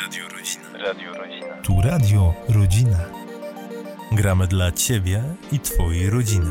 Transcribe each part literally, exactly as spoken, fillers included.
Radio Rodzina. Radio Rodzina. Tu Radio Rodzina. Gramy dla Ciebie i Twojej rodziny.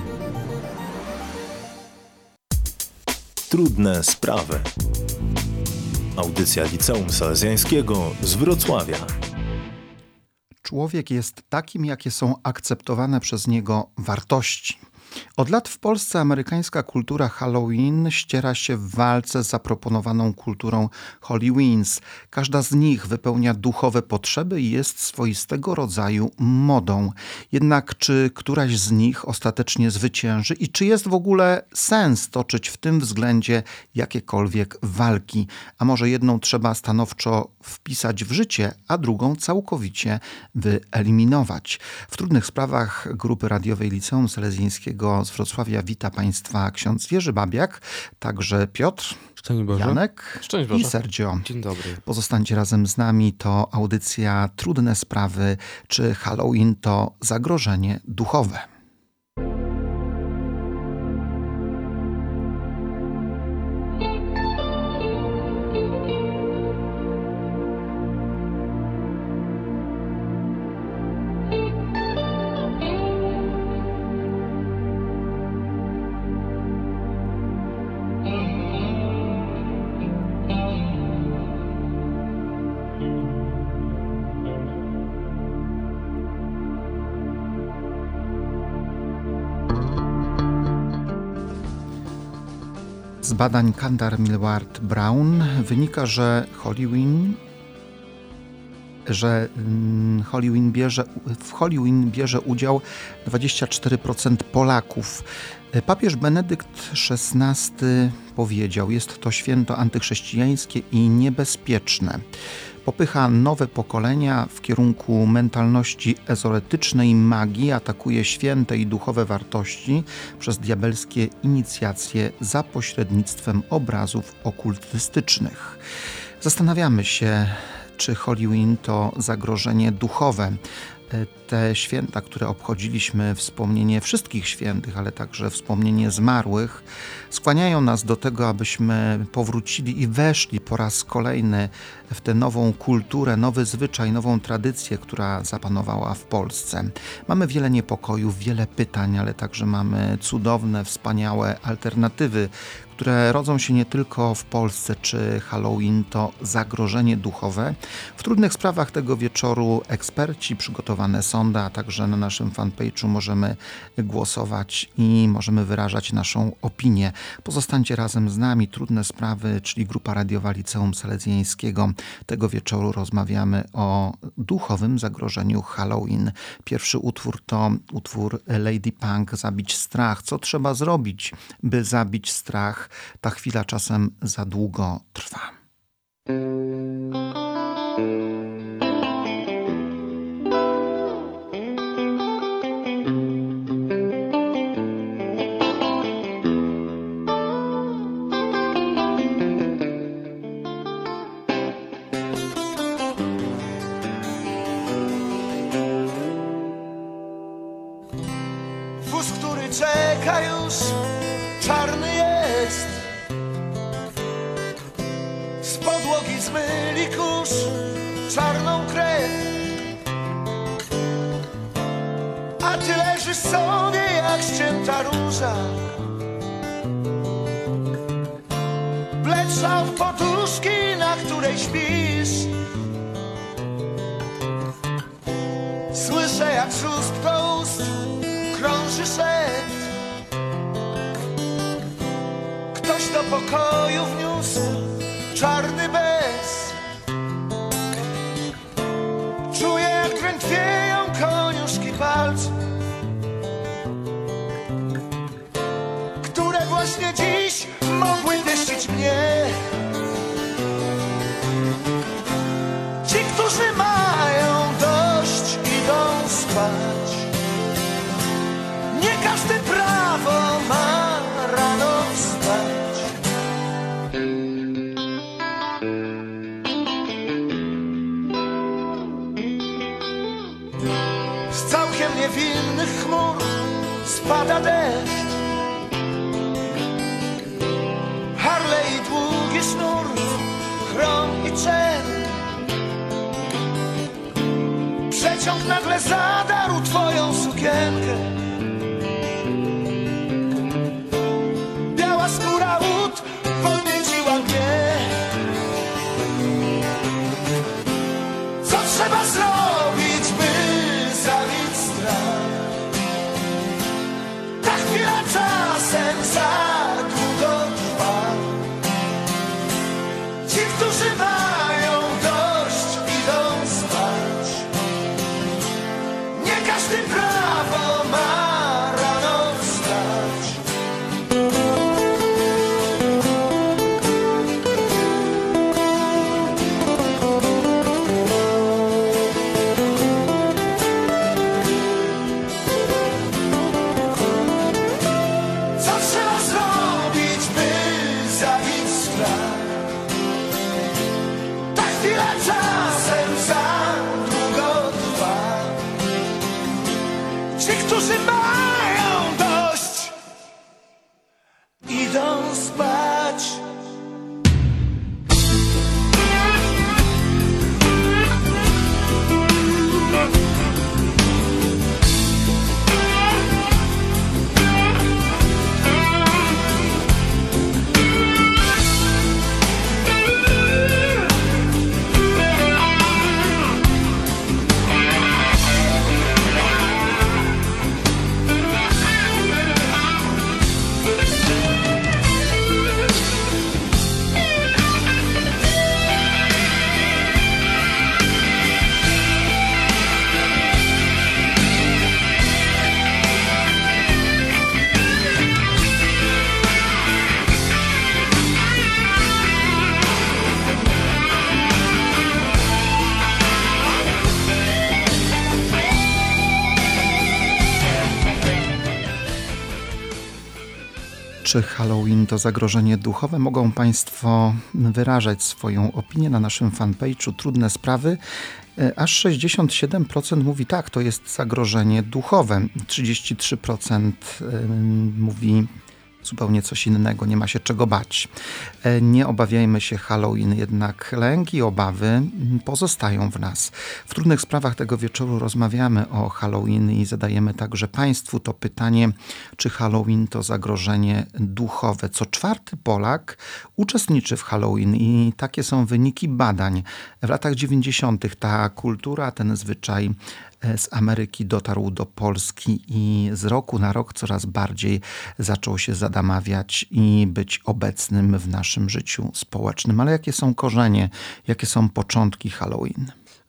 Trudne sprawy. Audycja Liceum Salezjańskiego z Wrocławia. Człowiek jest takim, jakie są akceptowane przez niego wartości. Od lat w Polsce amerykańska kultura Halloween ściera się w walce z zaproponowaną kulturą Hollyweens. Każda z nich wypełnia duchowe potrzeby i jest swoistego rodzaju modą. Jednak czy któraś z nich ostatecznie zwycięży i czy jest w ogóle sens toczyć w tym względzie jakiekolwiek walki? A może jedną trzeba stanowczo wpisać w życie, a drugą całkowicie wyeliminować? W trudnych sprawach grupy radiowej Liceum Salezjańskiego z Wrocławia wita Państwa ksiądz Jerzy Babiak, także Piotr, Szczęść Boże. Janek Szczęść Boże. i Sergio. Dzień dobry. Pozostańcie razem z nami. To audycja Trudne Sprawy. Czy Halloween to zagrożenie duchowe? Z badań Kandar Millward Brown wynika, że Halloween, że Halloween bierze, w Halloween bierze udział dwadzieścia cztery procent Polaków. Papież Benedykt szesnasty powiedział: jest to święto antychrześcijańskie i niebezpieczne. Popycha nowe pokolenia w kierunku mentalności ezoterycznej magii, atakuje święte i duchowe wartości przez diabelskie inicjacje za pośrednictwem obrazów okultystycznych. Zastanawiamy się, czy Halloween to zagrożenie duchowe. Te święta, które obchodziliśmy, wspomnienie wszystkich świętych, ale także wspomnienie zmarłych, skłaniają nas do tego, abyśmy powrócili i weszli po raz kolejny w tę nową kulturę, nowy zwyczaj, nową tradycję, która zapanowała w Polsce. Mamy wiele niepokojów, wiele pytań, ale także mamy cudowne, wspaniałe alternatywy, które rodzą się nie tylko w Polsce. Czy Halloween to zagrożenie duchowe? W trudnych sprawach tego wieczoru eksperci, przygotowane sondy, a także na naszym fanpage'u możemy głosować i możemy wyrażać naszą opinię. Pozostańcie razem z nami. Trudne sprawy, czyli grupa radiowa Liceum Salezjańskiego. Tego wieczoru rozmawiamy o duchowym zagrożeniu Halloween. Pierwszy utwór to utwór Lady Punk, Zabić strach. Co trzeba zrobić, by zabić strach? Ta chwila czasem za długo trwa. Wóz, który czeka już, czarny jest. Z podłogi zmyli kurz, czarną krew. A ty leżysz sobie jak ścięta róża. Wleczał w poduszki, na której śpisz. Słyszę, jak z ust do ust krąży szept. Ktoś do pokoju wniósł czarny bez. Czuję, jak drętwieją koniuszki palców, które właśnie dziś mogły pieścić mnie. Ci, którzy mają dość, idą spać. Nie każdy prawo ma rano wstać. Z całkiem niewinnych chmur spada deszcz. Harley i długi sznur, chrom i czerń. pociąg nagle zadarł twoją sukienkę. Biała skóra łód podnieciła mnie. Co trzeba zrobić, by zabić strach? Ta chwila czasem za długo trwa. Ci, którzy mają dość, idą spać. Nie każdy prawo ma rano wstać. Co trzeba zrobić, by zabić strach? Ta chwila czasem za długo trwa. Ci, którzy mają dość, idą spać. Czy Halloween to zagrożenie duchowe? Mogą Państwo wyrażać swoją opinię na naszym fanpage'u Trudne Sprawy. Aż sześćdziesiąt siedem procent mówi tak, to jest zagrożenie duchowe. trzydzieści trzy procent mówi zupełnie coś innego, nie ma się czego bać. Nie obawiajmy się Halloween, jednak lęk i obawy pozostają w nas. W Trudnych Sprawach tego wieczoru rozmawiamy o Halloween i zadajemy także Państwu to pytanie, czy Halloween to zagrożenie duchowe. Co czwarty Polak uczestniczy w Halloween i takie są wyniki badań. W latach dziewięćdziesiątych ta kultura, ten zwyczaj z Ameryki dotarł do Polski i z roku na rok coraz bardziej zaczął się zadamawiać i być obecnym w naszym życiu społecznym. Ale jakie są korzenie, jakie są początki Halloween?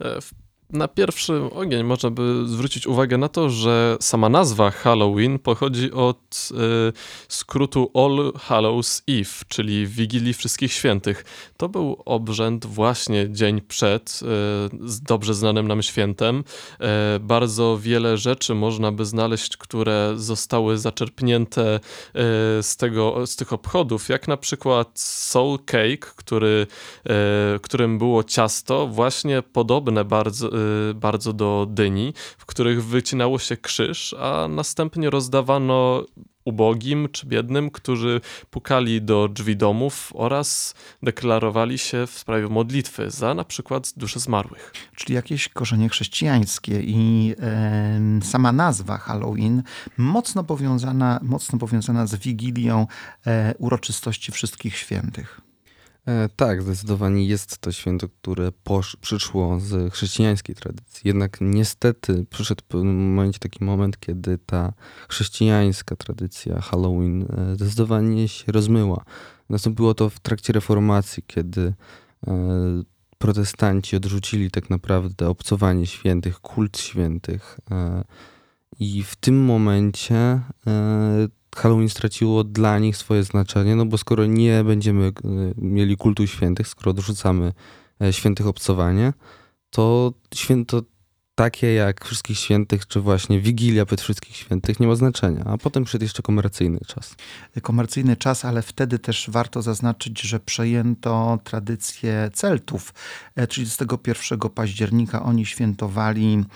Na pierwszy ogień można by zwrócić uwagę na to, że sama nazwa Halloween pochodzi od y, skrótu All Hallows Eve, czyli Wigilii Wszystkich Świętych. To był obrzęd właśnie dzień przed y, z dobrze znanym nam świętem. Y, bardzo wiele rzeczy można by znaleźć, które zostały zaczerpnięte y, z, tego, z tych obchodów, jak na przykład Soul Cake, który, y, którym było ciasto właśnie podobne bardzo bardzo do dyni, w których wycinało się krzyż, a następnie rozdawano ubogim czy biednym, którzy pukali do drzwi domów oraz deklarowali się w sprawie modlitwy za na przykład dusze zmarłych. Czyli jakieś korzenie chrześcijańskie i e, sama nazwa Halloween mocno powiązana, mocno powiązana z Wigilią e, uroczystości Wszystkich Świętych. E, tak, zdecydowanie jest to święto, które posz, przyszło z chrześcijańskiej tradycji. Jednak niestety przyszedł w pewnym momencie taki moment, kiedy ta chrześcijańska tradycja Halloween e, zdecydowanie się rozmyła. Nastąpiło to w trakcie reformacji, kiedy e, protestanci odrzucili tak naprawdę obcowanie świętych, kult świętych. E, I w tym momencie e, Halloween straciło dla nich swoje znaczenie, no bo skoro nie będziemy mieli kultu świętych, skoro odrzucamy świętych obcowanie, to święto takie jak Wszystkich Świętych, czy właśnie Wigilia przed Wszystkich Świętych nie ma znaczenia. A potem przyszedł jeszcze komercyjny czas. Komercyjny czas, ale wtedy też warto zaznaczyć, że przejęto tradycję Celtów. trzydziestego pierwszego października oni świętowali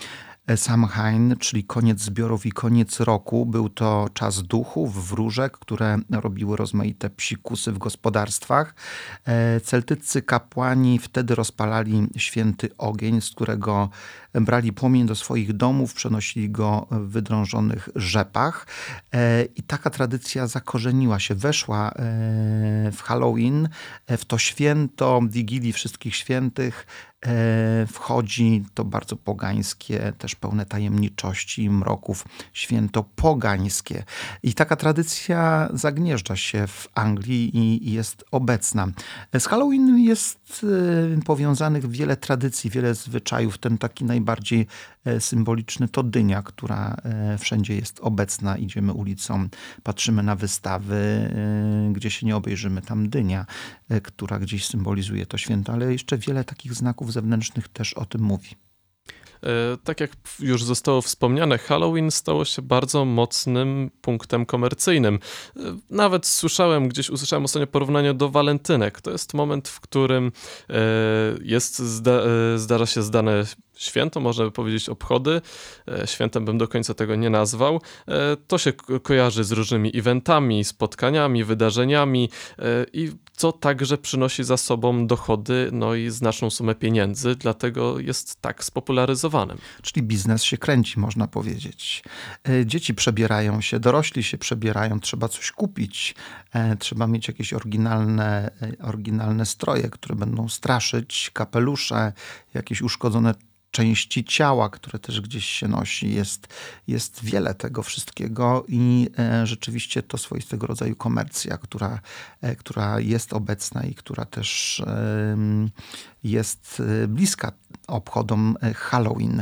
Samhain, czyli koniec zbiorów i koniec roku. Był to czas duchów, wróżek, które robiły rozmaite psikusy w gospodarstwach. Celtyccy kapłani wtedy rozpalali święty ogień, z którego brali płomień do swoich domów, przenosili go w wydrążonych rzepach. I taka tradycja zakorzeniła się, weszła w Halloween, w to święto Wigilii Wszystkich Świętych. Wchodzi to bardzo pogańskie, też pełne tajemniczości i mroków, święto pogańskie. I taka tradycja zagnieżdża się w Anglii i jest obecna. Z Halloween jest powiązanych wiele tradycji, wiele zwyczajów. Ten taki najbardziej symboliczny to dynia, która wszędzie jest obecna. Idziemy ulicą, patrzymy na wystawy, gdzie się nie obejrzymy, tam dynia, która gdzieś symbolizuje to święto, ale jeszcze wiele takich znaków zewnętrznych też o tym mówi. Tak jak już zostało wspomniane, Halloween stało się bardzo mocnym punktem komercyjnym. Nawet słyszałem, gdzieś usłyszałem ostatnio porównanie do walentynek. To jest moment, w którym jest, zda, zdarza się zdane święto, można by powiedzieć obchody. Świętem bym do końca tego nie nazwał. To się ko- kojarzy z różnymi eventami, spotkaniami, wydarzeniami i co także przynosi za sobą dochody, no i znaczną sumę pieniędzy, dlatego jest tak spopularyzowanym. Czyli biznes się kręci, można powiedzieć. Dzieci przebierają się, dorośli się przebierają, trzeba coś kupić, trzeba mieć jakieś oryginalne, oryginalne stroje, które będą straszyć, kapelusze, jakieś uszkodzone części ciała, które też gdzieś się nosi. Jest, jest wiele tego wszystkiego i e, rzeczywiście to swoistego rodzaju komercja, która, e, która jest obecna i która też e, jest bliska obchodom Halloween.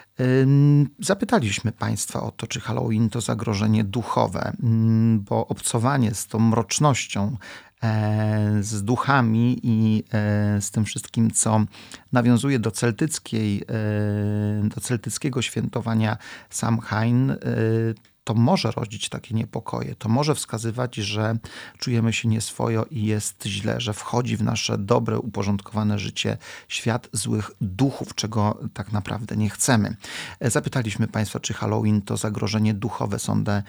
Zapytaliśmy Państwa o to, czy Halloween to zagrożenie duchowe, bo obcowanie z tą mrocznością, z duchami i z tym wszystkim, co nawiązuje do celtyckiej, do celtyckiego świętowania Samhain, to może rodzić takie niepokoje. To może wskazywać, że czujemy się nieswojo i jest źle, że wchodzi w nasze dobre, uporządkowane życie świat złych duchów, czego tak naprawdę nie chcemy. Zapytaliśmy Państwa, czy Halloween to zagrożenie duchowe. Sondę,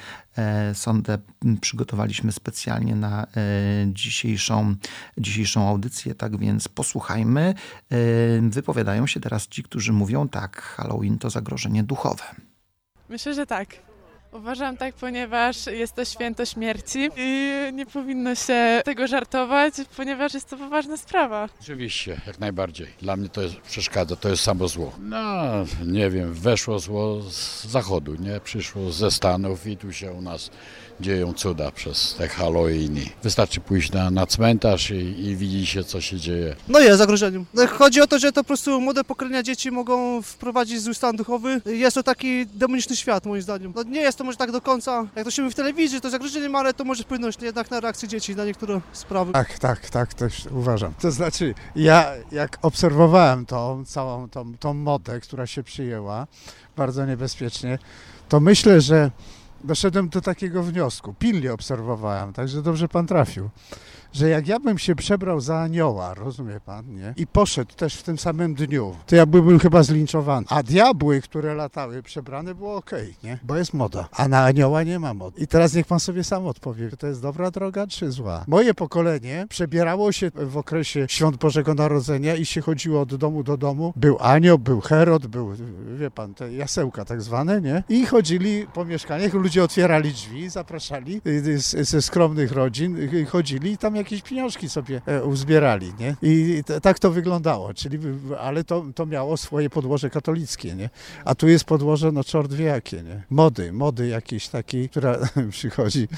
sondę przygotowaliśmy specjalnie na dzisiejszą, dzisiejszą audycję, tak więc posłuchajmy. Wypowiadają się teraz ci, którzy mówią tak, Halloween to zagrożenie duchowe. Myślę, że tak. Uważam tak, ponieważ jest to święto śmierci i nie powinno się tego żartować, ponieważ jest to poważna sprawa. Oczywiście, jak najbardziej. Dla mnie to jest, przeszkadza, to jest samo zło. No, nie wiem, weszło zło z zachodu, nie? Przyszło ze Stanów i tu się u nas dzieją cuda przez te Halloweeny. Wystarczy pójść na, na cmentarz i, i widzi się, co się dzieje. No jest zagrożeniem. Chodzi o to, że to po prostu młode pokolenia dzieci mogą wprowadzić zły stan duchowy. Jest to taki demoniczny świat, moim zdaniem. No nie jest to może tak do końca, jak to się mówi w telewizji, to zagrożeniem, ale to może wpłynąć jednak na reakcję dzieci na niektóre sprawy. Tak, tak, tak, też uważam. To znaczy, ja jak obserwowałem tą całą tą, tą modę, która się przyjęła bardzo niebezpiecznie, to myślę, że doszedłem do takiego wniosku, pilnie obserwowałem, także dobrze pan trafił, że jak ja bym się przebrał za anioła, rozumie pan, nie? I poszedł też w tym samym dniu, to ja byłbym chyba zlinczowany. A diabły, które latały przebrane, było okej, nie? Bo jest moda. A na anioła nie ma mody. I teraz niech pan sobie sam odpowie, czy to jest dobra droga, czy zła. Moje pokolenie przebierało się w okresie Świąt Bożego Narodzenia i się chodziło od domu do domu. Był anioł, był Herod, był, wie pan, te jasełka tak zwane, nie? I chodzili po mieszkaniach, ludzie otwierali drzwi, zapraszali ze skromnych rodzin, chodzili i tam jakieś pieniążki sobie uzbierali, nie? I t- tak to wyglądało, czyli, ale to, to miało swoje podłoże katolickie, nie? A tu jest podłoże, no czort wie jakie, nie? Mody, mody jakieś takiej, która przychodzi.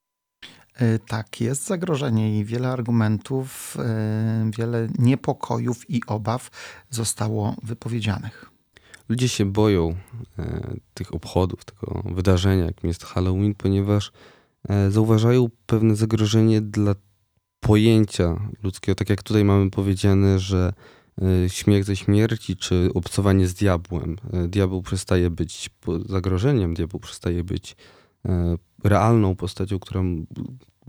Tak, jest zagrożenie i wiele argumentów, wiele niepokojów i obaw zostało wypowiedzianych. Ludzie się boją e, tych obchodów, tego wydarzenia, jakim jest Halloween, ponieważ e, zauważają pewne zagrożenie dla pojęcia ludzkiego, tak jak tutaj mamy powiedziane, że e, śmiech ze śmierci, czy obcowanie z diabłem. E, diabeł przestaje być zagrożeniem, diabeł przestaje być e, realną postacią, która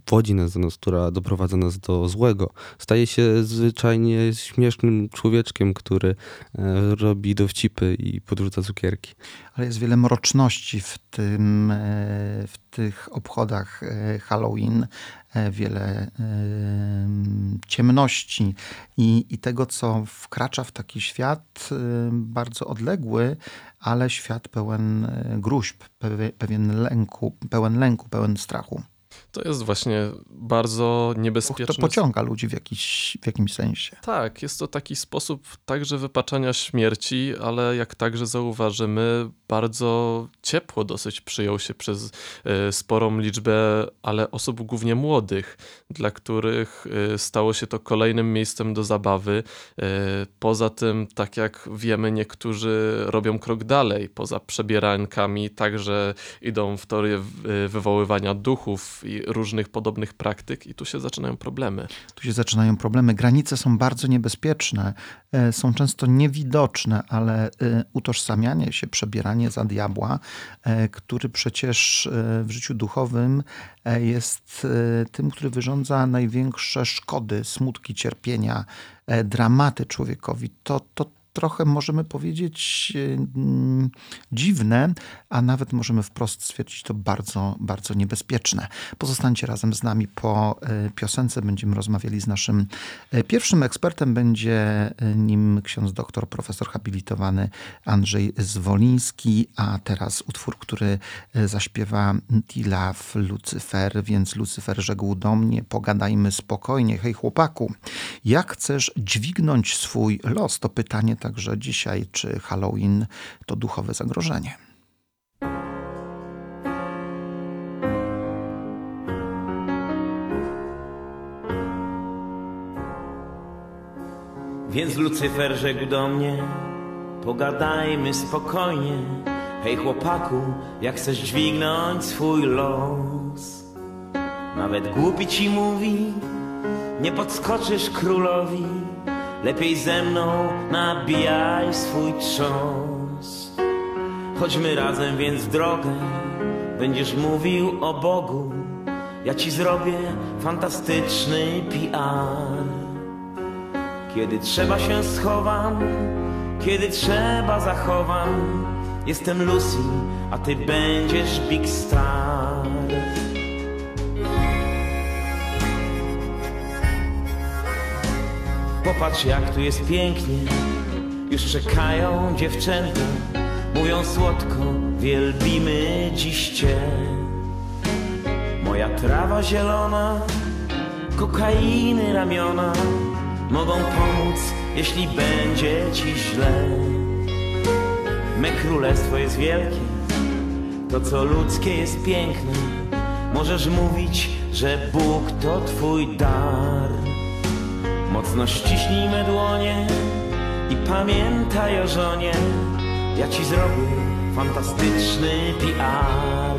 wodzi nas do nas, która doprowadza nas do złego. Staje się zwyczajnie śmiesznym człowieczkiem, który e, robi dowcipy i podrzuca cukierki. Ale jest wiele mroczności w tym, e, w tych obchodach e, Halloween, e, wiele e, ciemności i, i tego, co wkracza w taki świat e, bardzo odległy, ale świat pełen e, gruźb, pewie, pewien lęku, pełen lęku, pełen strachu. To jest właśnie bardzo niebezpieczne. To pociąga ludzi w, jakiś, w jakimś sensie. Tak, jest to taki sposób także wypaczania śmierci, ale jak także zauważymy, bardzo ciepło dosyć przyjął się przez y, sporą liczbę, ale osób głównie młodych, dla których y, stało się to kolejnym miejscem do zabawy. Y, poza tym, tak jak wiemy, niektórzy robią krok dalej, poza przebierankami, także idą w teorię y, wywoływania duchów i różnych podobnych praktyk i tu się zaczynają problemy. Tu się zaczynają problemy. Granice są bardzo niebezpieczne, y, są często niewidoczne, ale y, utożsamianie się, przebieranie za diabła, który przecież w życiu duchowym jest tym, który wyrządza największe szkody, smutki, cierpienia, dramaty człowiekowi. To, to trochę możemy powiedzieć mm, dziwne, a nawet możemy wprost stwierdzić to bardzo, bardzo niebezpieczne. Pozostańcie razem z nami po y, piosence. Będziemy rozmawiali z naszym y, pierwszym ekspertem. Będzie y, nim ksiądz doktor, profesor habilitowany Andrzej Zwoliński, a teraz utwór, który y, zaśpiewa Tila w Lucyfer, więc Lucyfer rzekł do mnie, pogadajmy spokojnie. Hej chłopaku, jak chcesz dźwignąć swój los? To pytanie także dzisiaj, czy Halloween to duchowe zagrożenie? Więc Lucyfer rzekł do mnie, pogadajmy spokojnie. Hej chłopaku, jak chcesz dźwignąć swój los? Nawet głupi ci mówi, nie podskoczysz królowi. Lepiej ze mną nabijaj swój trząs. Chodźmy razem więc w drogę, będziesz mówił o Bogu. Ja ci zrobię fantastyczny P R. Kiedy trzeba się schowam, kiedy trzeba zachowam. Jestem Lucy, a ty będziesz Big Star. Popatrz jak tu jest pięknie, już czekają dziewczęta. Mówią słodko, wielbimy dziś cię. Moja trawa zielona, kokainy ramiona mogą pomóc, jeśli będzie ci źle. Me królestwo jest wielkie, to co ludzkie jest piękne. Możesz mówić, że Bóg to twój dar. Mocno ściśnij me dłonie i pamiętaj o żonie. Ja ci zrobię fantastyczny P R.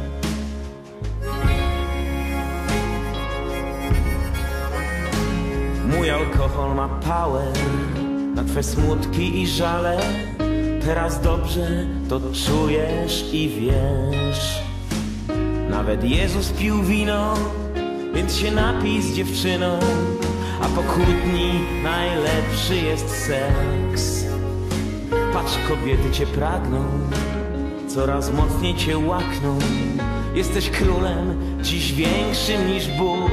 Mój alkohol ma power na twe smutki i żale. Teraz dobrze to czujesz i wiesz. Nawet Jezus pił wino, więc się napij z dziewczyną. A po kłótni najlepszy jest seks. Patrz, kobiety cię pragną, coraz mocniej cię łakną. Jesteś królem, dziś większym niż Bóg.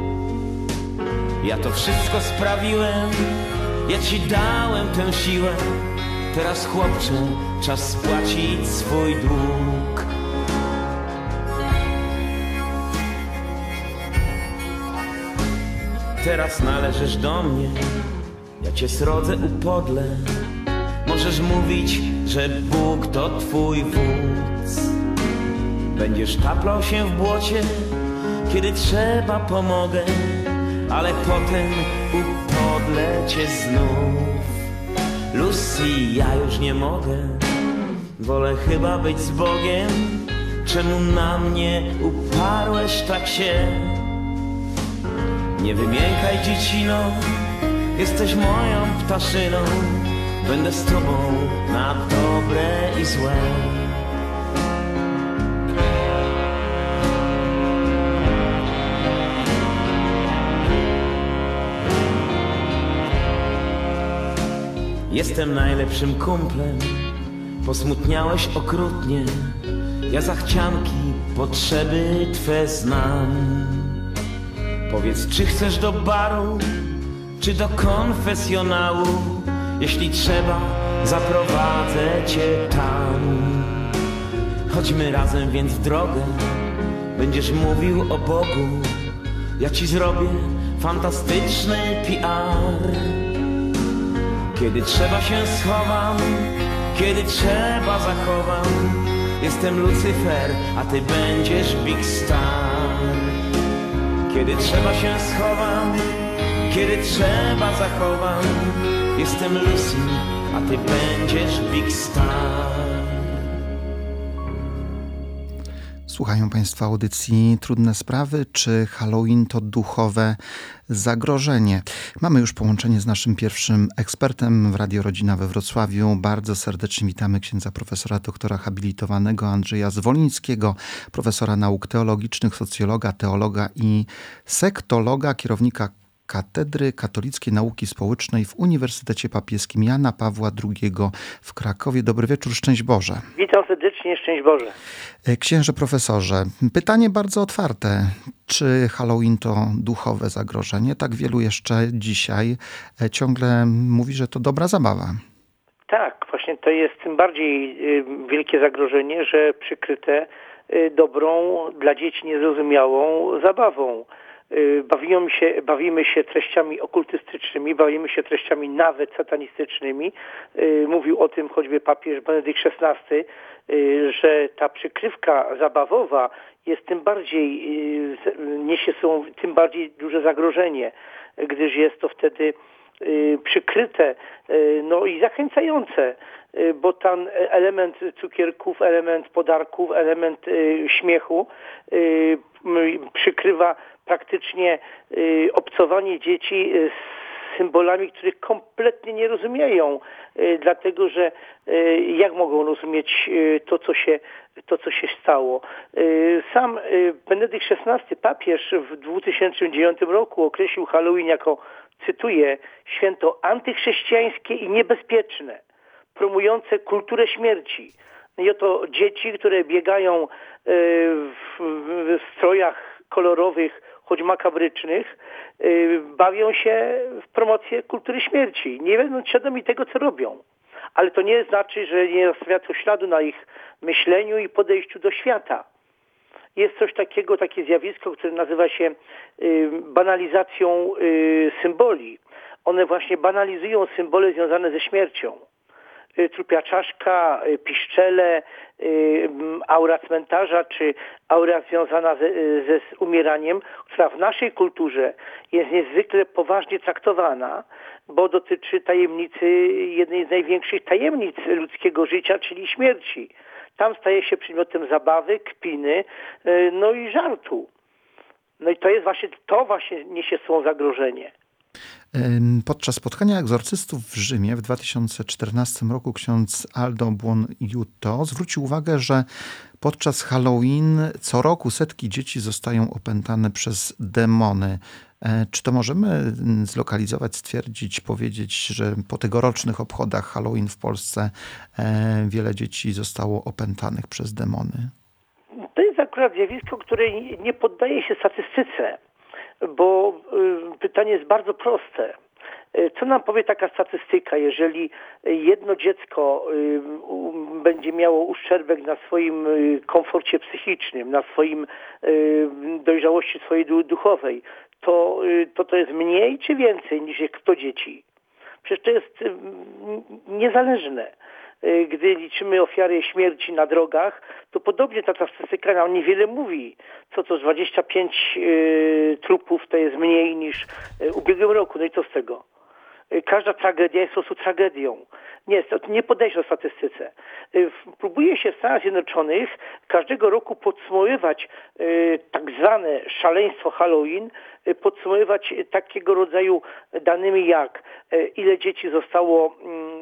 Ja to wszystko sprawiłem, ja ci dałem tę siłę. Teraz chłopcze, czas spłacić swój dług. Teraz należysz do mnie, ja cię srodzę upodlę. Możesz mówić, że Bóg to twój wódz. Będziesz taplał się w błocie, kiedy trzeba pomogę. Ale potem upodlę cię znów. Lucy, ja już nie mogę, wolę chyba być z Bogiem. Czemu na mnie uparłeś tak się? Nie wymiękaj dziecino, jesteś moją ptaszyną. Będę z tobą na dobre i złe. jestem najlepszym kumplem. Posmutniałeś okrutnie, ja zachcianki, potrzeby Twe znam. Powiedz, czy chcesz do baru, czy do konfesjonału? Jeśli trzeba, zaprowadzę Cię tam. Chodźmy razem więc w drogę, będziesz mówił o Bogu. Ja Ci zrobię fantastyczny P R. Kiedy trzeba się schowam, kiedy trzeba zachowam. Jestem Lucyfer, a Ty będziesz Big Star. Kiedy trzeba się schowam, kiedy trzeba zachowam. Jestem Lucy, a Ty będziesz Big Star. Słuchają Państwo audycji Trudne Sprawy, czy Halloween to duchowe zagrożenie? Mamy już połączenie z naszym pierwszym ekspertem w Radio Rodzina we Wrocławiu. Bardzo serdecznie witamy księdza profesora doktora habilitowanego Andrzeja Zwolińskiego, profesora nauk teologicznych, socjologa, teologa i sektologa, kierownika Katedry Katolickiej Nauki Społecznej w Uniwersytecie Papieskim Jana Pawła drugiego w Krakowie. Dobry wieczór, szczęść Boże. Witam serdecznie, szczęść Boże. Księże profesorze, pytanie bardzo otwarte. Czy Halloween to duchowe zagrożenie? Tak wielu jeszcze dzisiaj ciągle mówi, że to dobra zabawa. Tak, właśnie to jest tym bardziej wielkie zagrożenie, że przykryte dobrą, dla dzieci niezrozumiałą zabawą. Bawimy się, bawimy się treściami okultystycznymi, bawimy się treściami nawet satanistycznymi. Mówił o tym choćby papież Benedykt szesnasty, że ta przykrywka zabawowa jest tym bardziej, niesie sobą tym bardziej duże zagrożenie, gdyż jest to wtedy przykryte, no i zachęcające, bo ten element cukierków, element podarków, element śmiechu przykrywa praktycznie obcowanie dzieci z symbolami, których kompletnie nie rozumieją, dlatego że jak mogą rozumieć to, co się, to, co się stało. Sam Benedykt szesnasty, papież, w dwa tysiące dziewiątym roku określił Halloween jako, cytuję, święto antychrześcijańskie i niebezpieczne, promujące kulturę śmierci. I oto dzieci, które biegają w, w strojach kolorowych, choć makabrycznych, yy, bawią się w promocję kultury śmierci, nie będąc świadomi tego, co robią. Ale to nie znaczy, że nie zostawia to śladu na ich myśleniu i podejściu do świata. Jest coś takiego, takie zjawisko, które nazywa się yy, banalizacją yy, symboli. One właśnie banalizują symbole związane ze śmiercią. Trupia czaszka, piszczele, aura cmentarza, czy aura związana ze, ze umieraniem, która w naszej kulturze jest niezwykle poważnie traktowana, bo dotyczy tajemnicy, jednej z największych tajemnic ludzkiego życia, czyli śmierci. Tam staje się przedmiotem zabawy, kpiny, no i żartu. No i to jest właśnie, to właśnie niesie sobą zagrożenie. Podczas spotkania egzorcystów w Rzymie w dwa tysiące czternastym roku ksiądz Aldo Buonaiuto zwrócił uwagę, że podczas Halloween co roku setki dzieci zostają opętane przez demony. Czy to możemy zlokalizować, stwierdzić, powiedzieć, że po tegorocznych obchodach Halloween w Polsce wiele dzieci zostało opętanych przez demony? To jest akurat zjawisko, które nie poddaje się statystyce, bo pytanie jest bardzo proste. Co nam powie taka statystyka, jeżeli jedno dziecko będzie miało uszczerbek na swoim komforcie psychicznym, na swoim dojrzałości swojej duchowej, to to, to jest mniej czy więcej niż sto dzieci? Przecież to jest niezależne. Gdy liczymy ofiary śmierci na drogach, to podobnie ta statystyka nam niewiele mówi. Co to dwadzieścia pięć y, trupów to jest mniej niż w ubiegłym roku. No i co z tego? Każda tragedia jest po prostu tragedią. Nie, nie podejść o statystyce. Próbuje się w Stanach Zjednoczonych każdego roku podsumowywać y, tak zwane szaleństwo Halloween, y, podsumowywać takiego rodzaju danymi jak y, ile dzieci zostało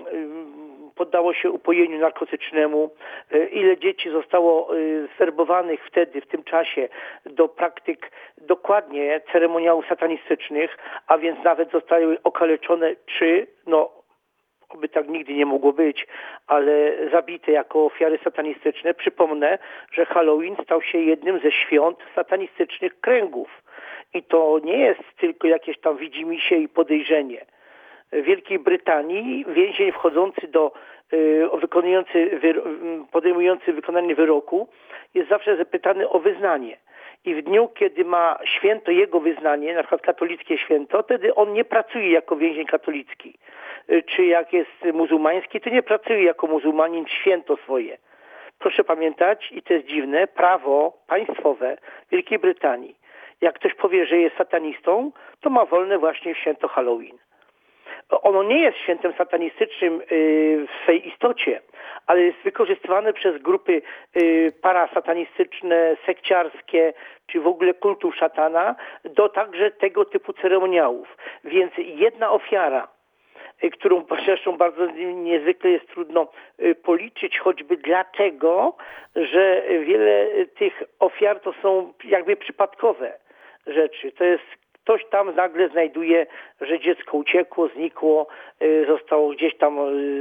y, poddało się upojeniu narkotycznemu, ile dzieci zostało zwerbowanych wtedy, w tym czasie do praktyk dokładnie ceremoniałów satanistycznych, a więc nawet zostały okaleczone, czy no by tak nigdy nie mogło być, ale zabite jako ofiary satanistyczne. Przypomnę, że Halloween stał się jednym ze świąt satanistycznych kręgów. I to nie jest tylko jakieś tam widzimisię i podejrzenie. W Wielkiej Brytanii więzień wchodzący do, wykonujący, podejmujący wykonanie wyroku jest zawsze zapytany o wyznanie. I w dniu, kiedy ma święto jego wyznanie, na przykład katolickie święto, wtedy on nie pracuje jako więzień katolicki. Czy jak jest muzułmański, to nie pracuje jako muzułmanin w święto swoje. Proszę pamiętać, i to jest dziwne, prawo państwowe Wielkiej Brytanii. Jak ktoś powie, że jest satanistą, to ma wolne właśnie w święto Halloween. Ono nie jest świętem satanistycznym w swej istocie, ale jest wykorzystywane przez grupy parasatanistyczne, sekciarskie, czy w ogóle kultów szatana do także tego typu ceremoniałów. Więc jedna ofiara, którą zresztą bardzo niezwykle jest trudno policzyć, choćby dlatego, że wiele tych ofiar to są jakby przypadkowe rzeczy. To jest ktoś tam nagle znajduje, że dziecko uciekło, znikło, zostało gdzieś tam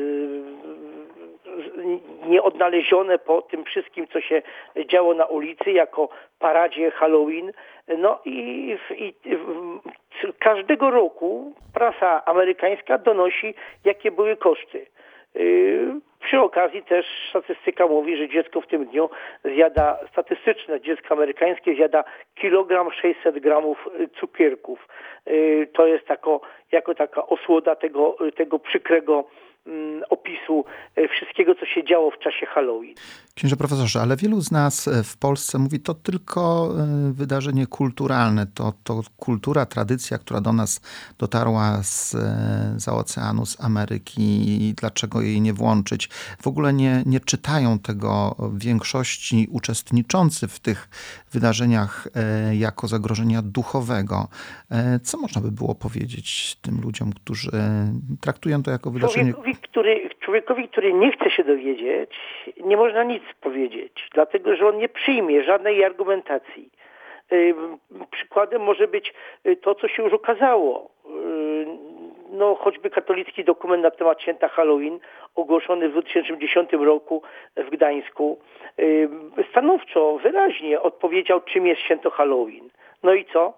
nieodnalezione po tym wszystkim, co się działo na ulicy, jako paradzie Halloween. No i, i, i każdego roku prasa amerykańska donosi, jakie były koszty. Przy okazji też statystyka mówi, że dziecko w tym dniu zjada, statystyczne dziecko amerykańskie zjada kilogram sześćset gramów cukierków. To jest tako, jako taka osłoda tego, tego przykrego opisu wszystkiego, co się działo w czasie Halloween. Księże profesorze, ale wielu z nas w Polsce mówi, to tylko wydarzenie kulturalne, to, to kultura, tradycja, która do nas dotarła z, za oceanu, z Ameryki i dlaczego jej nie włączyć. W ogóle nie, nie czytają tego w większości uczestniczący w tych wydarzeniach jako zagrożenia duchowego. Co można by było powiedzieć tym ludziom, którzy traktują to jako wydarzenie... Człowiekowi, który, człowiekowi, który nie chce się dowiedzieć, nie można nic powiedzieć, dlatego że on nie przyjmie żadnej argumentacji. Przykładem może być to, co się już okazało. No, choćby katolicki dokument na temat święta Halloween, ogłoszony w dwa tysiące dziesiątym roku w Gdańsku, stanowczo, wyraźnie odpowiedział, czym jest święto Halloween. No i co?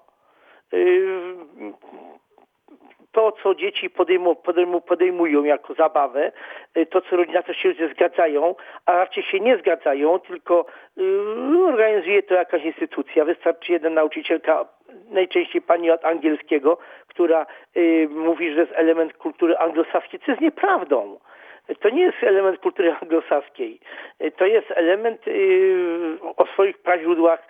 To, co dzieci podejmu, podejmu, podejmują jako zabawę, to, co rodzina, to się ludzie zgadzają, a raczej się nie zgadzają, tylko yy, organizuje to jakaś instytucja. Wystarczy jedna nauczycielka, najczęściej pani od angielskiego, która yy, mówi, że jest element kultury anglosaskiej, co jest nieprawdą. To nie jest element kultury anglosaskiej. To jest element yy, o swoich praźródłach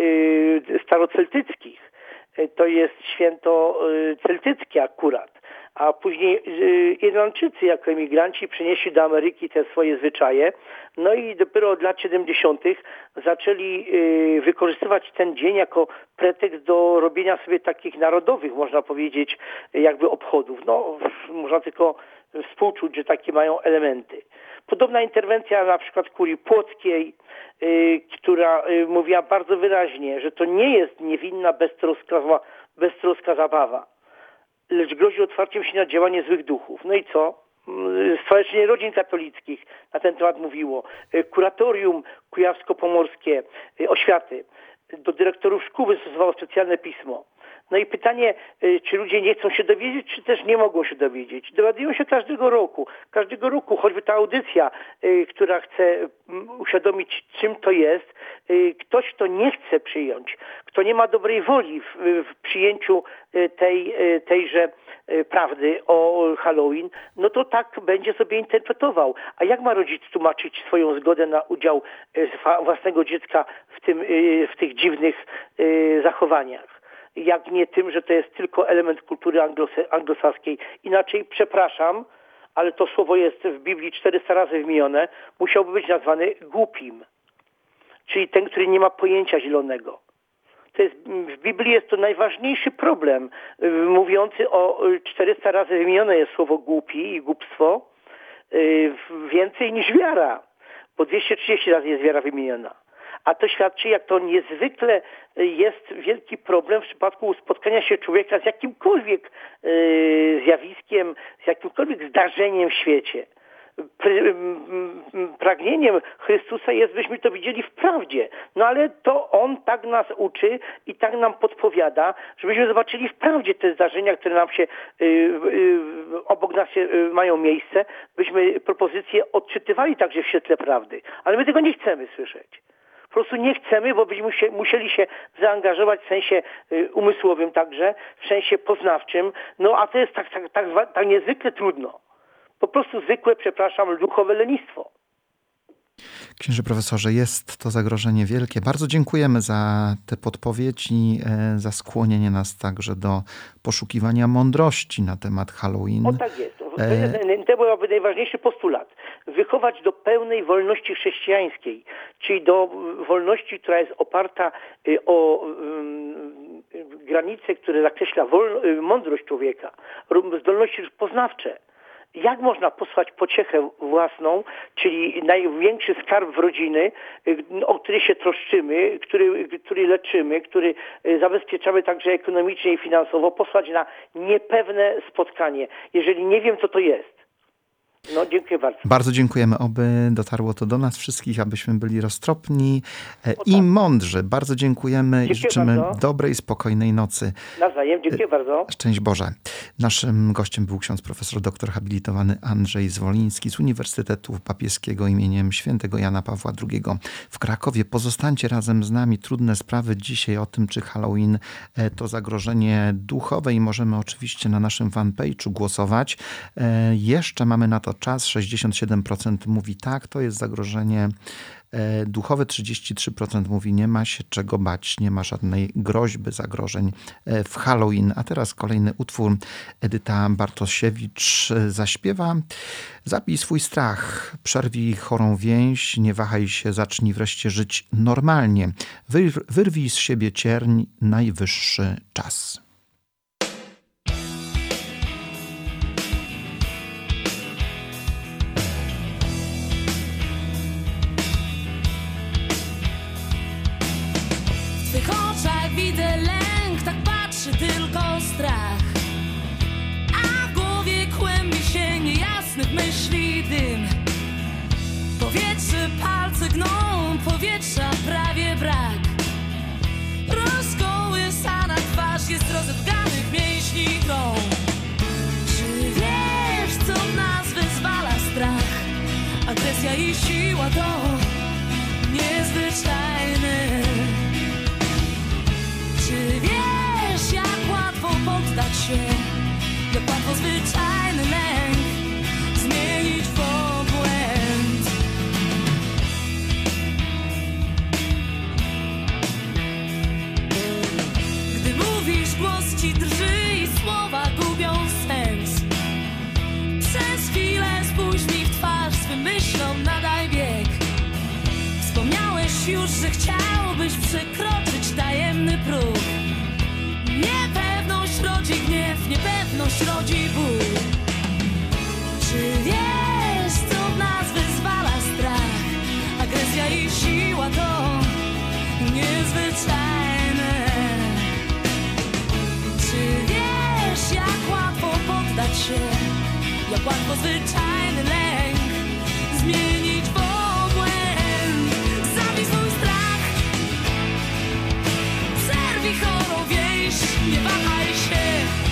yy, staroceltyckich. To jest święto celtyckie akurat, a później Irlandczycy jako emigranci przenieśli do Ameryki te swoje zwyczaje, no i dopiero od lat siedemdziesiątych zaczęli wykorzystywać ten dzień jako pretekst do robienia sobie takich narodowych, można powiedzieć, jakby obchodów. No, można tylko współczuć, że takie mają elementy. Podobna interwencja na przykład kurii płockiej, yy, która yy, mówiła bardzo wyraźnie, że to nie jest niewinna, beztroska, beztroska zabawa, lecz grozi otwarciem się na działanie złych duchów. No i co? Yy, Stowarzyszenie Rodzin Katolickich na ten temat mówiło. Yy, Kuratorium Kujawsko-Pomorskie yy, Oświaty do dyrektorów szkół wystosowało specjalne pismo. No i pytanie, czy ludzie nie chcą się dowiedzieć, czy też nie mogą się dowiedzieć. Dowiadują się każdego roku. Każdego roku, choćby ta audycja, y, która chce uświadomić, czym to jest, y, ktoś, kto nie chce przyjąć, kto nie ma dobrej woli w, w przyjęciu tej, tejże prawdy o Halloween, no to tak będzie sobie interpretował. A jak ma rodzic tłumaczyć swoją zgodę na udział własnego dziecka w, tym, w tych dziwnych zachowaniach? Jak nie tym, że to jest tylko element kultury anglosaskiej. Inaczej, przepraszam, ale to słowo jest w Biblii czterysta razy wymienione, musiałby być nazwany głupim. Czyli ten, który nie ma pojęcia zielonego. To jest, w Biblii jest to najważniejszy problem, mówiący o czterysta razy wymienione jest słowo głupi i głupstwo, więcej niż wiara, bo dwieście trzydzieści razy jest wiara wymieniona. A to świadczy, jak to niezwykle jest wielki problem w przypadku spotkania się człowieka z jakimkolwiek yy, zjawiskiem, z jakimkolwiek zdarzeniem w świecie. Pragnieniem Chrystusa jest, byśmy to widzieli w prawdzie. No ale to On tak nas uczy i tak nam podpowiada, żebyśmy zobaczyli w prawdzie te zdarzenia, które nam się y, y, obok nas się, y, mają miejsce, byśmy propozycje odczytywali także w świetle prawdy. Ale my tego nie chcemy słyszeć. Po prostu nie chcemy, bo byśmy się, musieli się zaangażować w sensie y, umysłowym także, w sensie poznawczym. No a to jest tak, tak, tak, tak niezwykle trudno. Po prostu zwykłe, przepraszam, duchowe lenistwo. Księże profesorze, jest to zagrożenie wielkie. Bardzo dziękujemy za tę podpowiedź i e, za skłonienie nas także do poszukiwania mądrości na temat Halloween. O tak jest. To, jest, to byłby najważniejszy postulat. Wychować do pełnej wolności chrześcijańskiej, czyli do wolności, która jest oparta o um, granice, które zakreśla wol, mądrość człowieka, zdolności poznawcze. Jak można posłać pociechę własną, czyli największy skarb w rodziny, o który się troszczymy, który, który leczymy, który zabezpieczamy także ekonomicznie i finansowo, posłać na niepewne spotkanie, jeżeli nie wiem, co to jest. No, dziękuję bardzo. Bardzo dziękujemy, oby dotarło to do nas wszystkich, abyśmy byli roztropni i tak. mądrzy. Bardzo dziękujemy dziękuję i życzymy bardzo. dobrej, spokojnej nocy. Nawzajem, dziękuję bardzo. Szczęść Boże. Naszym gościem był ksiądz profesor doktor habilitowany Andrzej Zwoliński z Uniwersytetu Papieskiego imieniem świętego Jana Pawła drugiego w Krakowie. Pozostańcie razem z nami. Trudne sprawy dzisiaj o tym, czy Halloween to zagrożenie duchowe i możemy oczywiście na naszym fanpage'u głosować. Jeszcze mamy na to czas. sześćdziesiąt siedem procent mówi tak, to jest zagrożenie duchowe, trzydzieści trzy procent mówi nie ma się czego bać, nie ma żadnej groźby, zagrożeń w Halloween. A teraz kolejny utwór. Edyta Bartosiewicz zaśpiewa. Zabij swój strach, przerwij chorą więź, nie wahaj się, zacznij wreszcie żyć normalnie. Wyrwij z siebie cierń, najwyższy czas. Widzę lęk, tak patrzy tylko strach, a w głowie kłębi się niejasnych myśli dym. Powietrze, palce gną, powietrza prawie brak. Rozkołysana twarz jest rozedrganych mięśni grą. Czy wiesz, co w nas wyzwala strach? Agresja i siła to niezwyczajne. Czy wiesz, jak łatwo poddać się, jak łatwo zwyczajny lęk zmienić w obłęd? Gdy mówisz, głos ci drży i słowa gubią sens. Przez chwilę spójrz mi w twarz, swym myślom nadaj bieg. Wspomniałeś już, że chciałbyś przekroczyć tajemny próg. Niepewność rodzi gniew, niepewność rodzi ból. Czy wiesz, co w nas wyzwala strach? Agresja i siła to niezwyczajne. Czy wiesz, jak łatwo poddać się, jak łatwo zwyczajny lęk zmienić w obłęd? Zabij swój strach, przerwij chorą więź, nie wahaj się,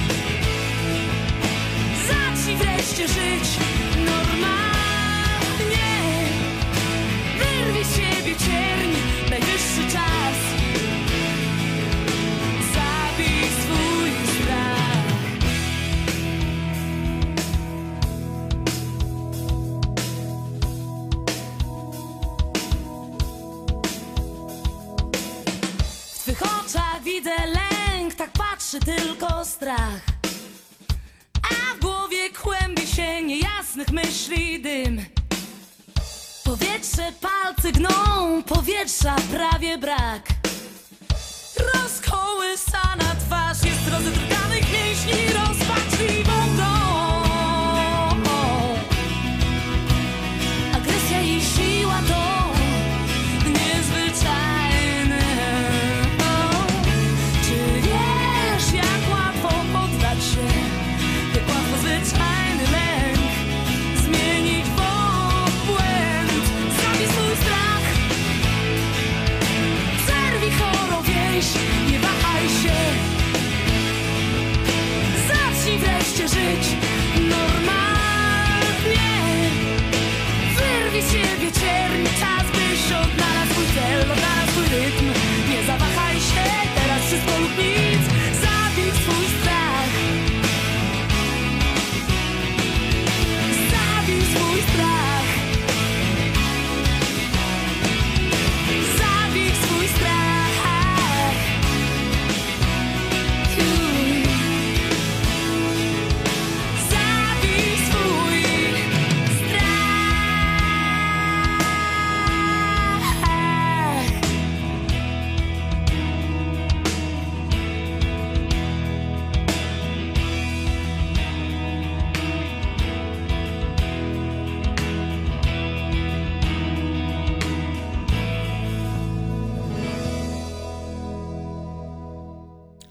zacznij wreszcie żyć normalnie. Wyrwij z siebie cierń, najwyższy czas. Zabij swój strach. W twych oczach widzę lęk, tak patrzy tylko strach, a w głowie kłębi się niejasnych myśli dym. Powietrze, palce gną, powietrza prawie brak. Rozkołysana twarz jest rozedrganych mięśni rozpaczliwą grą. Agresja i siła to niezwyczajne.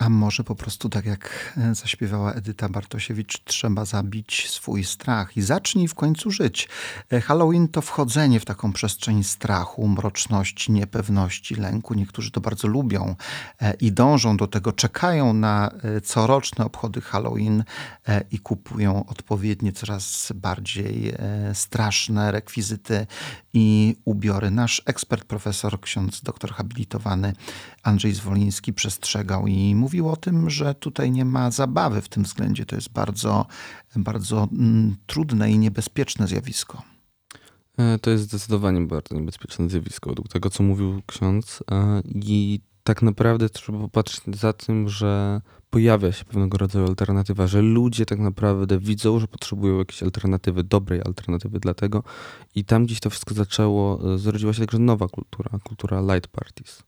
A może po prostu tak jak zaśpiewała Edyta Bartosiewicz, trzeba zabić swój strach i zacznij w końcu żyć. Halloween to wchodzenie w taką przestrzeń strachu, mroczności, niepewności, lęku. Niektórzy to bardzo lubią i dążą do tego, czekają na coroczne obchody Halloween i kupują odpowiednie, coraz bardziej straszne rekwizyty i ubiory. Nasz ekspert, profesor, ksiądz doktor habilitowany Andrzej Zwoliński przestrzegał i mówił o tym, że tutaj nie ma zabawy w tym względzie. To jest bardzo, bardzo mm, trudne i niebezpieczne zjawisko. To jest zdecydowanie bardzo niebezpieczne zjawisko, według tego, co mówił ksiądz. I tak naprawdę trzeba popatrzeć za tym, że pojawia się pewnego rodzaju alternatywa, że ludzie tak naprawdę widzą, że potrzebują jakiejś alternatywy, dobrej alternatywy dla tego. I tam gdzieś to wszystko zaczęło, zrodziła się także nowa kultura, kultura light parties.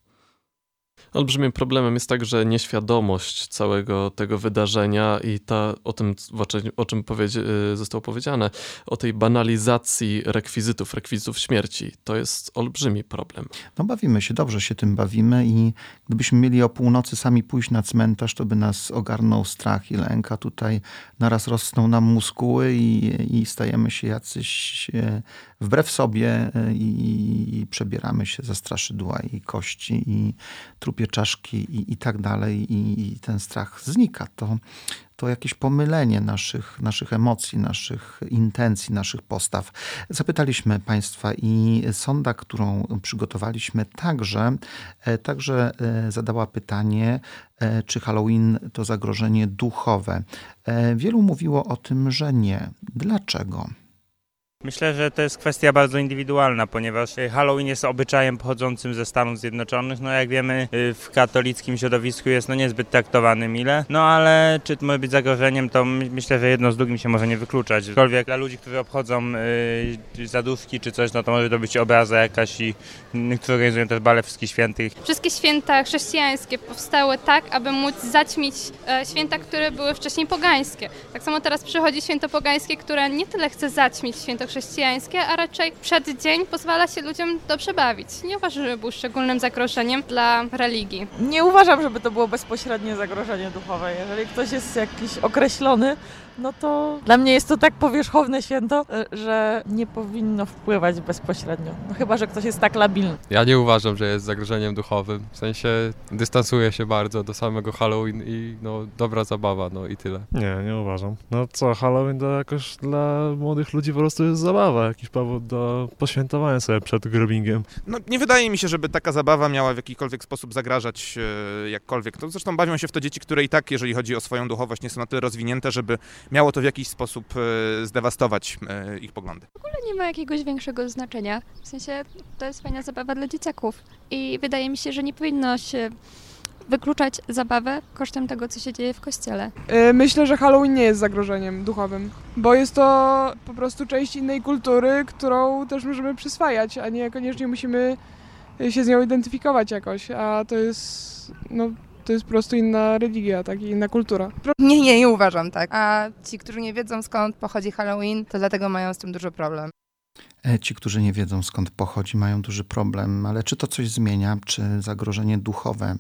Olbrzymim problemem jest także nieświadomość całego tego wydarzenia i ta, o tym, o czym powiedzie, zostało powiedziane, o tej banalizacji rekwizytów, rekwizytów śmierci. To jest olbrzymi problem. No bawimy się, dobrze się tym bawimy i gdybyśmy mieli o północy sami pójść na cmentarz, to by nas ogarnął strach i lęk, a tutaj naraz rosną nam muskuły i, i stajemy się jacyś wbrew sobie i, i przebieramy się za straszydła i kości i trupie czaszki i, i tak dalej i, i ten strach znika. To, to jakieś pomylenie naszych, naszych emocji, naszych intencji, naszych postaw. Zapytaliśmy Państwa i sonda, którą przygotowaliśmy, także, także zadała pytanie, czy Halloween to zagrożenie duchowe. Wielu mówiło o tym, że nie. Dlaczego? Myślę, że to jest kwestia bardzo indywidualna, ponieważ Halloween jest obyczajem pochodzącym ze Stanów Zjednoczonych. No jak wiemy, w katolickim środowisku jest no niezbyt traktowany mile. No ale czy to może być zagrożeniem, to myślę, że jedno z drugim się może nie wykluczać. Aczkolwiek dla ludzi, którzy obchodzą y, zadówki czy coś, no to może to być obraza jakaś i niektórzy organizują też bale Wszystkich Świętych. Wszystkie święta chrześcijańskie powstały tak, aby móc zaćmić e, święta, które były wcześniej pogańskie. Tak samo teraz przychodzi święto pogańskie, które nie tyle chce zaćmić święto chrześcijańskie, a raczej przed dzień pozwala się ludziom dobrze bawić. Nie uważam, że był szczególnym zagrożeniem dla religii. Nie uważam, żeby to było bezpośrednie zagrożenie duchowe. Jeżeli ktoś jest jakiś określony, no to dla mnie jest to tak powierzchowne święto, że nie powinno wpływać bezpośrednio. No chyba że ktoś jest tak labilny. Ja nie uważam, że jest zagrożeniem duchowym. W sensie dystansuję się bardzo do samego Halloween i no dobra zabawa, no i tyle. Nie, nie uważam. No co, Halloween to jakoś dla młodych ludzi po prostu jest zabawa, jakiś powód do poświętowania sobie przed grobingiem. No nie wydaje mi się, żeby taka zabawa miała w jakikolwiek sposób zagrażać e, jakkolwiek. To zresztą bawią się w to dzieci, które i tak, jeżeli chodzi o swoją duchowość, nie są na tyle rozwinięte, żeby miało to w jakiś sposób e, zdewastować e, ich poglądy. W ogóle nie ma jakiegoś większego znaczenia. W sensie to jest fajna zabawa dla dzieciaków i wydaje mi się, że nie powinno się wykluczać zabawę kosztem tego, co się dzieje w kościele. Myślę, że Halloween nie jest zagrożeniem duchowym, bo jest to po prostu część innej kultury, którą też możemy przyswajać, a nie koniecznie musimy się z nią identyfikować jakoś, a to jest, no, to jest po prostu inna religia, tak, i inna kultura. Nie, nie, nie uważam tak. A ci, którzy nie wiedzą, skąd pochodzi Halloween, to dlatego mają z tym duży problem. Ci, którzy nie wiedzą, skąd pochodzi, mają duży problem, ale czy to coś zmienia, czy zagrożenie duchowe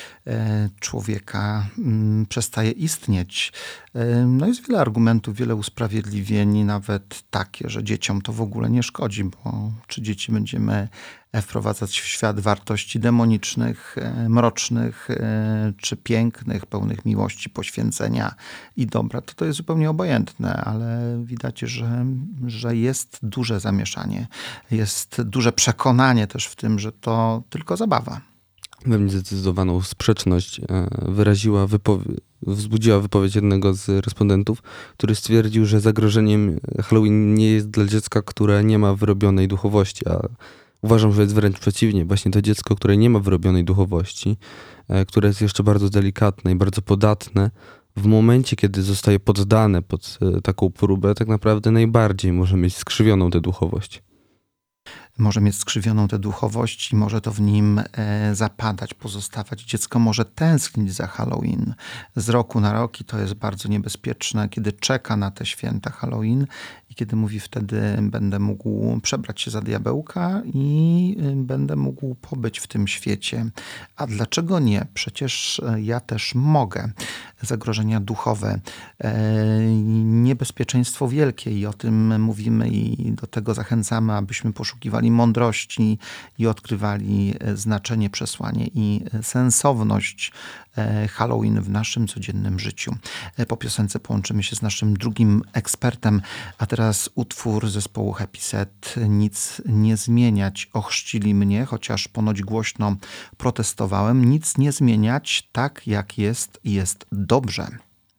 człowieka przestaje istnieć? No jest wiele argumentów, wiele usprawiedliwień, nawet takie, że dzieciom to w ogóle nie szkodzi, bo czy dzieci będziemy wprowadzać w świat wartości demonicznych, mrocznych, czy pięknych, pełnych miłości, poświęcenia i dobra, to to jest zupełnie obojętne, ale widać, że, że jest duże zamieszanie, jest duże przekonanie też w tym, że to tylko zabawa. We mnie zdecydowaną sprzeczność wyraziła wypowie- wzbudziła wypowiedź jednego z respondentów, który stwierdził, że zagrożeniem Halloween nie jest dla dziecka, które nie ma wyrobionej duchowości, a uważam, że jest wręcz przeciwnie. Właśnie to dziecko, które nie ma wyrobionej duchowości, które jest jeszcze bardzo delikatne i bardzo podatne, w momencie, kiedy zostaje poddane pod taką próbę, tak naprawdę najbardziej może mieć skrzywioną tę duchowość. może mieć skrzywioną tę duchowość i może to w nim e, zapadać, pozostawać. Dziecko może tęsknić za Halloween z roku na rok i to jest bardzo niebezpieczne, kiedy czeka na te święta Halloween i kiedy mówi wtedy będę mógł przebrać się za diabełka i y, będę mógł pobyć w tym świecie. A dlaczego nie? Przecież ja też mogę. Zagrożenia duchowe, e, niebezpieczeństwo wielkie i o tym mówimy i do tego zachęcamy, abyśmy poszukiwali mądrości i odkrywali znaczenie, przesłanie i sensowność Halloween w naszym codziennym życiu. Po piosence połączymy się z naszym drugim ekspertem, a teraz utwór zespołu Happy Set Nic nie zmieniać. Ochrzcili mnie, chociaż ponoć głośno protestowałem. Nic nie zmieniać, tak jak jest, jest dobrze.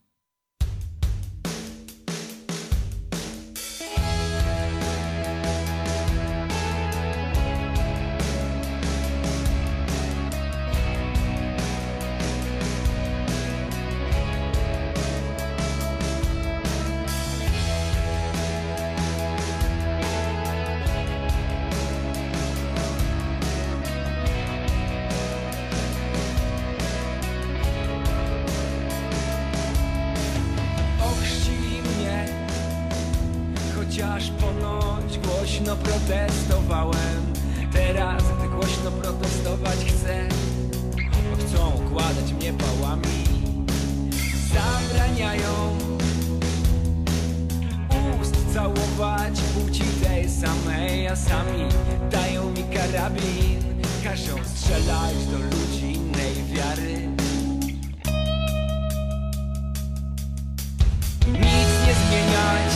Chociaż ponoć głośno protestowałem, teraz gdy głośno protestować chcę, bo chcą okładać mnie pałami. Zabraniają ust całować płci tej samej, a sami dają mi karabin, każą strzelać do ludzi innej wiary. Nic nie zmieniać,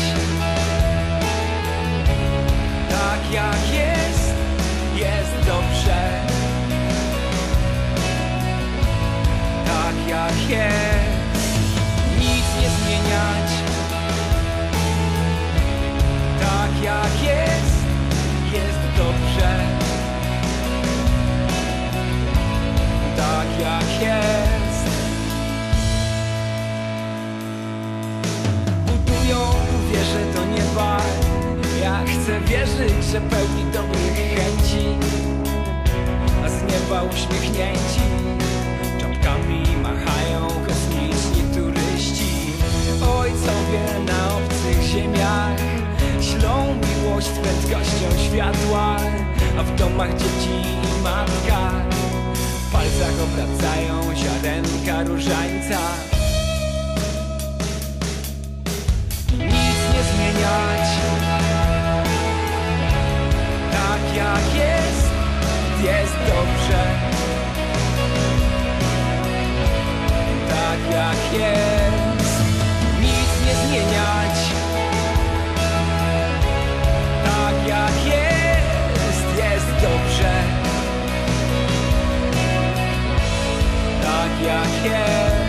tak jak jest, jest dobrze. Tak jak jest, nic nie zmieniać. Tak jak jest, jest dobrze. Tak jak jest. Budują tu wieże do nieba. Ja chcę wierzyć, że pełni dobrych chęci, a z nieba uśmiechnięci czapkami machają kosmiczni turyści. Ojcowie na obcych ziemiach ślą miłość z prędkością światła, a w domach dzieci i matka w palcach obracają ziarenka różańca. Nic nie zmieniać, tak jak jest, jest dobrze. Tak jak jest, nic nie zmieniać. Tak jak jest, jest dobrze. Tak jak jest.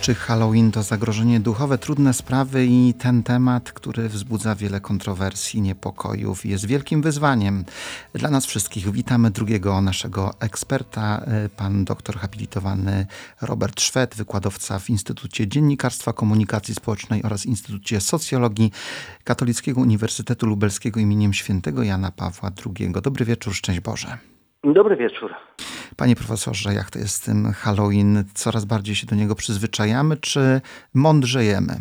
Czy Halloween to zagrożenie duchowe? Trudne sprawy i ten temat, który wzbudza wiele kontrowersji, niepokojów, jest wielkim wyzwaniem dla nas wszystkich. Witamy drugiego naszego eksperta, pan doktor habilitowany Robert Szwed, wykładowca w Instytucie Dziennikarstwa, Komunikacji Społecznej oraz Instytucie Socjologii Katolickiego Uniwersytetu Lubelskiego imieniem Świętego Jana Pawła drugiego. Dobry wieczór, szczęść Boże. Dobry wieczór. Panie profesorze, jak to jest z tym Halloween? Coraz bardziej się do niego przyzwyczajamy, czy mądrzejemy?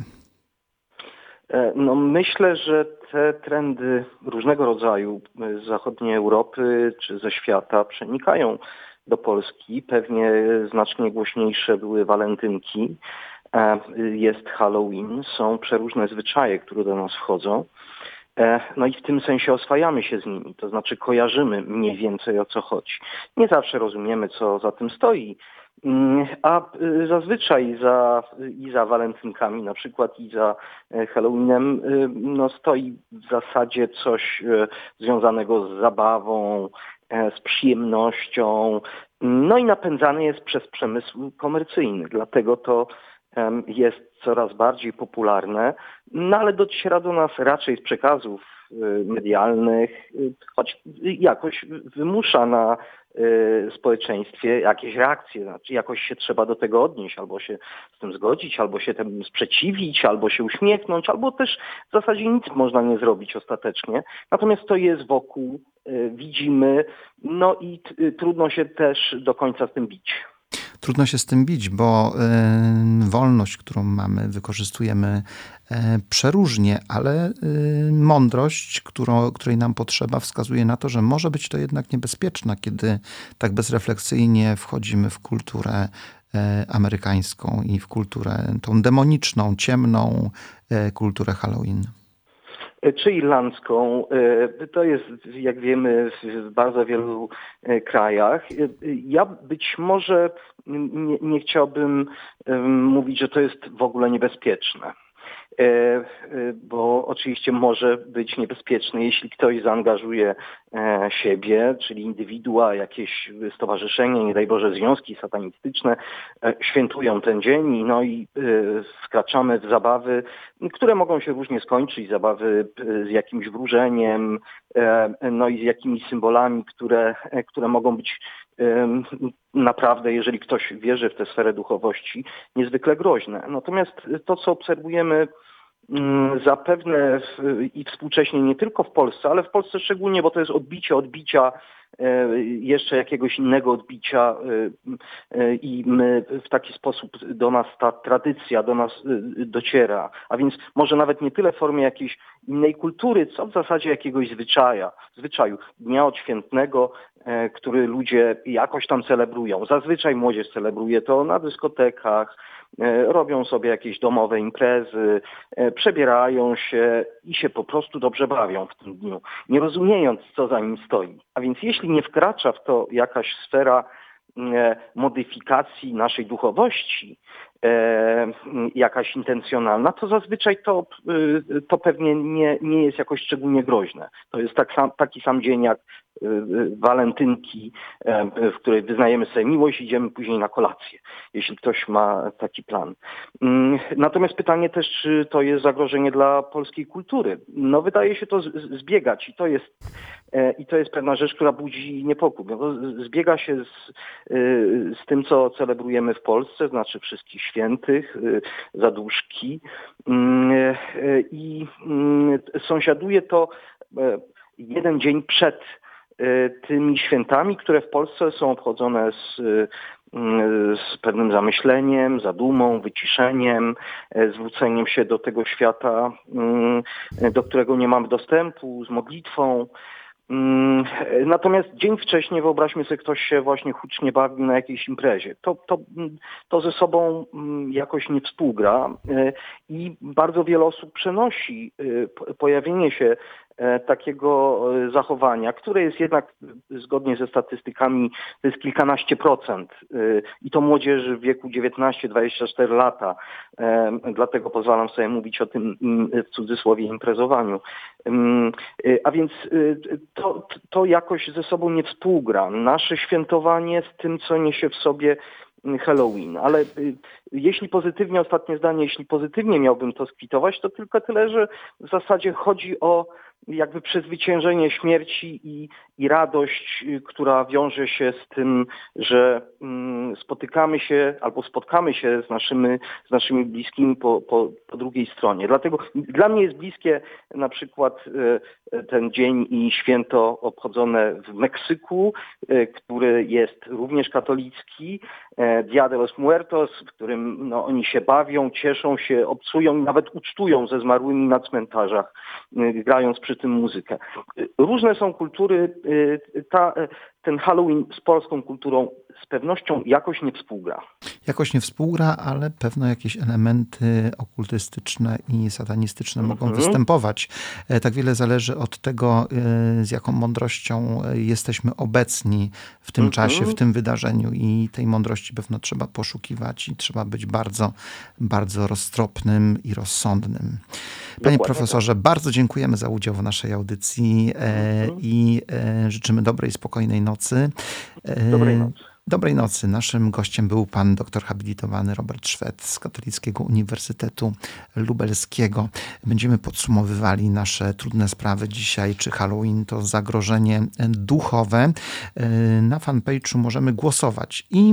No myślę, że te trendy różnego rodzaju z zachodniej Europy czy ze świata przenikają do Polski. Pewnie znacznie głośniejsze były walentynki. Jest Halloween, są przeróżne zwyczaje, które do nas wchodzą. No i w tym sensie oswajamy się z nimi, to znaczy kojarzymy mniej więcej o co chodzi. Nie zawsze rozumiemy, co za tym stoi, a zazwyczaj za, i za walentynkami na przykład i za Halloweenem no stoi w zasadzie coś związanego z zabawą, z przyjemnością, no i napędzany jest przez przemysł komercyjny, dlatego to jest coraz bardziej popularne, no ale dociera do nas raczej z przekazów medialnych, choć jakoś wymusza na społeczeństwie jakieś reakcje, znaczy jakoś się trzeba do tego odnieść, albo się z tym zgodzić, albo się temu sprzeciwić, albo się uśmiechnąć, albo też w zasadzie nic można nie zrobić ostatecznie. Natomiast to jest wokół, widzimy, no i t- trudno się też do końca z tym bić. Trudno się z tym bić, bo y, wolność, którą mamy, wykorzystujemy y, przeróżnie, ale y, mądrość, którą, której nam potrzeba, wskazuje na to, że może być to jednak niebezpieczna, kiedy tak bezrefleksyjnie wchodzimy w kulturę y, amerykańską i w kulturę tą demoniczną, ciemną y, kulturę Halloween. Czy irlandzką. To jest, jak wiemy, w bardzo wielu krajach. Ja być może nie, nie chciałbym mówić, że to jest w ogóle niebezpieczne. Bo oczywiście może być niebezpieczny, jeśli ktoś zaangażuje siebie, czyli indywidua, jakieś stowarzyszenie, nie daj Boże związki satanistyczne, świętują ten dzień, no i wkraczamy w zabawy, które mogą się różnie skończyć, zabawy z jakimś wróżeniem, no i z jakimiś symbolami, które, które mogą być naprawdę, jeżeli ktoś wierzy w tę sferę duchowości, niezwykle groźne. Natomiast to, co obserwujemy zapewne i współcześnie nie tylko w Polsce, ale w Polsce szczególnie, bo to jest odbicie odbicia, jeszcze jakiegoś innego odbicia i my w taki sposób do nas ta tradycja do nas dociera, a więc może nawet nie tyle w formie jakiejś innej kultury, co w zasadzie jakiegoś zwyczaja, zwyczaju Dnia Odświętnego, który ludzie jakoś tam celebrują. Zazwyczaj młodzież celebruje to na dyskotekach, robią sobie jakieś domowe imprezy, przebierają się i się po prostu dobrze bawią w tym dniu, nie rozumiejąc, co za nim stoi. A więc jeśli nie wkracza w to jakaś sfera modyfikacji naszej duchowości, jakaś intencjonalna, to zazwyczaj to, to pewnie nie, nie jest jakoś szczególnie groźne. To jest tak sam, taki sam dzień jak walentynki, w której wyznajemy sobie miłość i idziemy później na kolację, jeśli ktoś ma taki plan. Natomiast pytanie też, czy to jest zagrożenie dla polskiej kultury. No wydaje się to zbiegać i to jest, i to jest pewna rzecz, która budzi niepokój. No, zbiega się z, z tym, co celebrujemy w Polsce, znaczy wszystkich świętych, zaduszki i sąsiaduje to jeden dzień przed tymi świętami, które w Polsce są obchodzone z, z pewnym zamyśleniem, zadumą, wyciszeniem, zwróceniem się do tego świata, do którego nie mamy dostępu, z modlitwą. Natomiast dzień wcześniej, wyobraźmy sobie, ktoś się właśnie hucznie bawi na jakiejś imprezie. To, to, to ze sobą jakoś nie współgra i bardzo wiele osób przenosi pojawienie się takiego zachowania, które jest jednak zgodnie ze statystykami, to jest kilkanaście procent i to młodzieży w wieku dziewiętnaście dwadzieścia cztery lata, dlatego pozwalam sobie mówić o tym w cudzysłowie imprezowaniu. A więc to, to jakoś ze sobą nie współgra. Nasze świętowanie z tym, co niesie w sobie Halloween. Ale jeśli pozytywnie, ostatnie zdanie, jeśli pozytywnie miałbym to skwitować, to tylko tyle, że w zasadzie chodzi o jakby przezwyciężenie śmierci i, i radość, która wiąże się z tym, że mm, spotykamy się albo spotkamy się z naszymi, z naszymi bliskimi po, po, po drugiej stronie. Dlatego dla mnie jest bliskie na przykład e, ten dzień i święto obchodzone w Meksyku, e, który jest również katolicki, e, Dia de los Muertos, w którym no, oni się bawią, cieszą się, obcują i nawet ucztują ze zmarłymi na cmentarzach, e, grając przy tym muzykę. Różne są kultury, ta, ten Halloween z polską kulturą z pewnością jakoś nie współgra. Jakoś nie współgra, ale pewno jakieś elementy okultystyczne i satanistyczne mogą Mhm. występować. Tak wiele zależy od tego, z jaką mądrością jesteśmy obecni w tym Mhm. czasie, w tym wydarzeniu i tej mądrości pewno trzeba poszukiwać i trzeba być bardzo, bardzo roztropnym i rozsądnym. Panie Dokładnie profesorze, bardzo dziękujemy za udział w naszej audycji e, i e, życzymy dobrej, spokojnej nocy. E, Dobrej nocy. Dobrej nocy. Naszym gościem był pan doktor habilitowany Robert Szwed z Katolickiego Uniwersytetu Lubelskiego. Będziemy podsumowywali nasze trudne sprawy dzisiaj. Czy Halloween to zagrożenie duchowe? Na fanpage'u możemy głosować i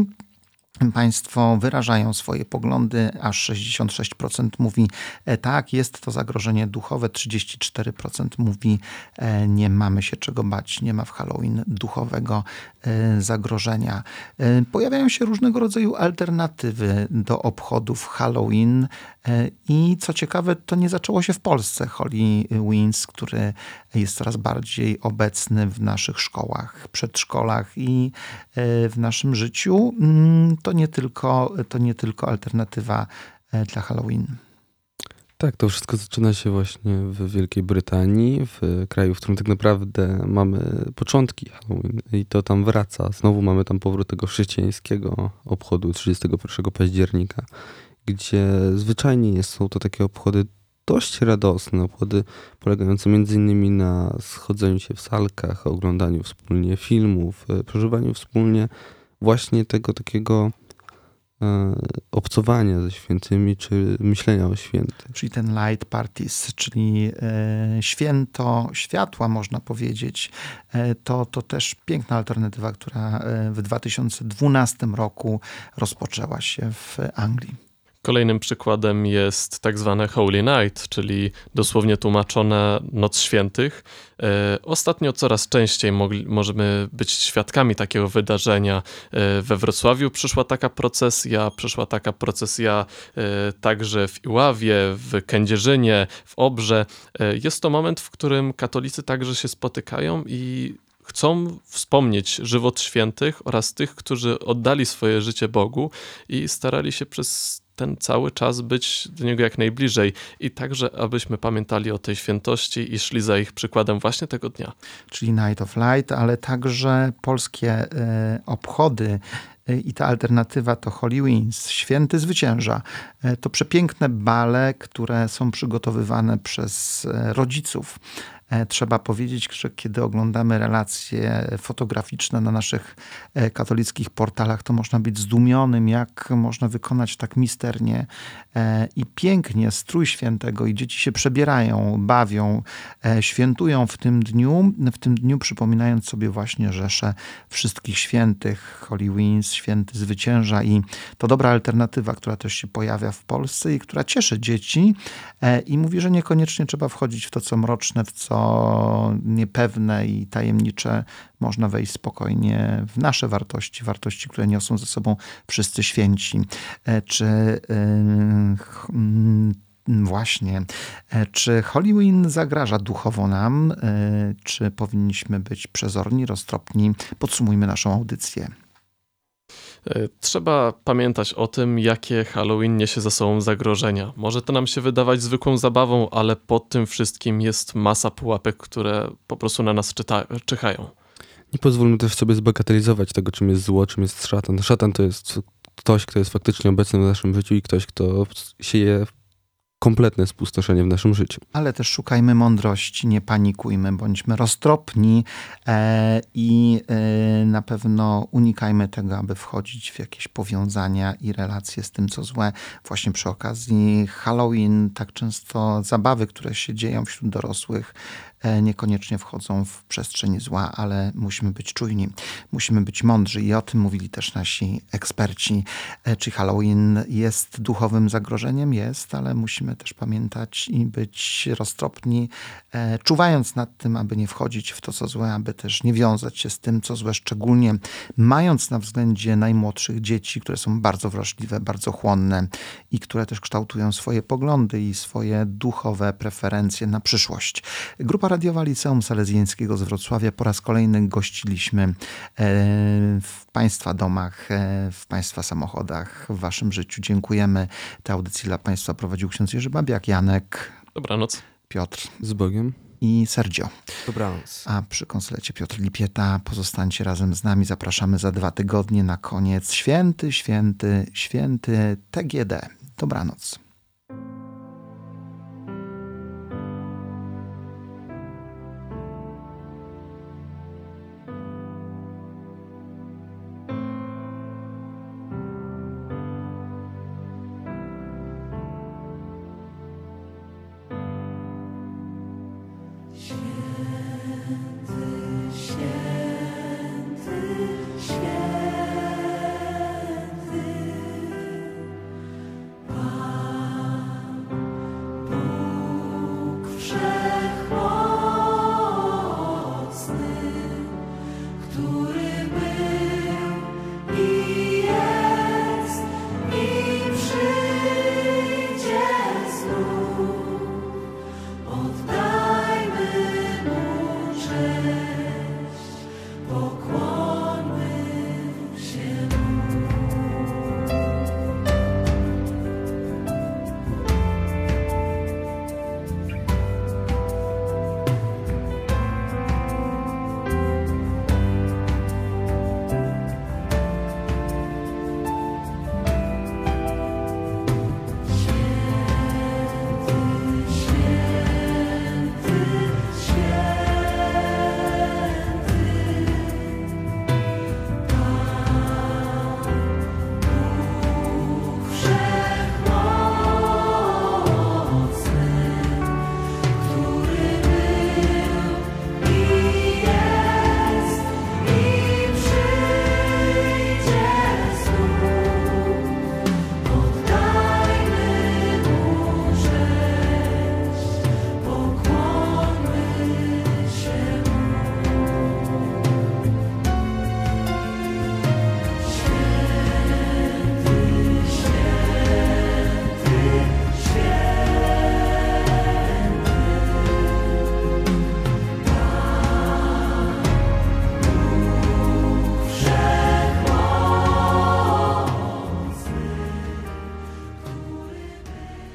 Państwo wyrażają swoje poglądy, aż sześćdziesiąt sześć procent mówi e, tak, jest to zagrożenie duchowe, trzydzieści cztery procent mówi e, nie mamy się czego bać, nie ma w Halloween duchowego e, zagrożenia. E, pojawiają się różnego rodzaju alternatywy do obchodów Halloween e, i co ciekawe, to nie zaczęło się w Polsce. Halloweens, który jest coraz bardziej obecny w naszych szkołach, przedszkolach i e, w naszym życiu. Mm, To nie tylko, to nie tylko alternatywa dla Halloween. Tak, to wszystko zaczyna się właśnie w Wielkiej Brytanii, w kraju, w którym tak naprawdę mamy początki Halloween i to tam wraca. Znowu mamy tam powrót tego chrześcijańskiego obchodu trzydziestego pierwszego października, gdzie zwyczajnie są to takie obchody dość radosne, obchody polegające między innymi na schodzeniu się w salkach, oglądaniu wspólnie filmów, przeżywaniu wspólnie właśnie tego takiego e, obcowania ze świętymi, czy myślenia o świętych. Czyli ten light parties, czyli e, święto światła, można powiedzieć. E, to, to też piękna alternatywa, która e, w dwa tysiące dwunastym roku rozpoczęła się w Anglii. Kolejnym przykładem jest tak zwane Holy Night, czyli dosłownie tłumaczone Noc Świętych. E, ostatnio coraz częściej mogli, możemy być świadkami takiego wydarzenia. E, we Wrocławiu przyszła taka procesja, przyszła taka procesja e, także w Iławie, w Kędzierzynie, w Obrze. E, jest to moment, w którym katolicy także się spotykają i chcą wspomnieć żywot świętych oraz tych, którzy oddali swoje życie Bogu i starali się przez ten cały czas być do Niego jak najbliżej i także, abyśmy pamiętali o tej świętości i szli za ich przykładem właśnie tego dnia. Czyli Night of Light, ale także polskie y, obchody y, i ta alternatywa to Halloweens, Święty Zwycięża. Y, to przepiękne bale, które są przygotowywane przez y, rodziców. Trzeba powiedzieć, że kiedy oglądamy relacje fotograficzne na naszych katolickich portalach, to można być zdumionym, jak można wykonać tak misternie i pięknie strój świętego i dzieci się przebierają, bawią, świętują w tym dniu, w tym dniu przypominając sobie właśnie rzeszę wszystkich świętych, Halloweens, Święty Zwycięża i to dobra alternatywa, która też się pojawia w Polsce i która cieszy dzieci i mówi, że niekoniecznie trzeba wchodzić w to, co mroczne, w co niepewne i tajemnicze, można wejść spokojnie w nasze wartości, wartości, które niosą ze sobą wszyscy święci. Czy yy, właśnie, czy Halloween zagraża duchowo nam, czy powinniśmy być przezorni, roztropni? Podsumujmy naszą audycję. Trzeba pamiętać o tym, jakie Halloween niesie za sobą zagrożenia. Może to nam się wydawać zwykłą zabawą, ale pod tym wszystkim jest masa pułapek, które po prostu na nas czyta- czyhają. Nie pozwólmy też sobie zbagatelizować tego, czym jest zło, czym jest szatan. Szatan to jest ktoś, kto jest faktycznie obecny w naszym życiu i ktoś, kto sieje kompletne spustoszenie w naszym życiu. Ale też szukajmy mądrości, nie panikujmy, bądźmy roztropni e, i e, na pewno unikajmy tego, aby wchodzić w jakieś powiązania i relacje z tym, co złe. Właśnie przy okazji Halloween tak często zabawy, które się dzieją wśród dorosłych, e, niekoniecznie wchodzą w przestrzeń zła, ale musimy być czujni, musimy być mądrzy i o tym mówili też nasi eksperci. E, czy Halloween jest duchowym zagrożeniem? Jest, ale musimy też pamiętać i być roztropni, e, czuwając nad tym, aby nie wchodzić w to, co złe, aby też nie wiązać się z tym, co złe, szczególnie mając na względzie najmłodszych dzieci, które są bardzo wrażliwe, bardzo chłonne i które też kształtują swoje poglądy i swoje duchowe preferencje na przyszłość. Grupa radiowa Liceum Salezjańskiego z Wrocławia po raz kolejny gościliśmy e, w Państwa domach, e, w Państwa samochodach, w Waszym życiu. Dziękujemy. Tę audycję dla Państwa prowadził ksiądz Jerzy Babiak, Janek. Dobranoc. Piotr. Z Bogiem. I Sergio. Dobranoc. A przy konsolecie Piotr Lipieta. Pozostańcie razem z nami. Zapraszamy za dwa tygodnie na koniec. Święty, święty, święty T G D. Dobranoc.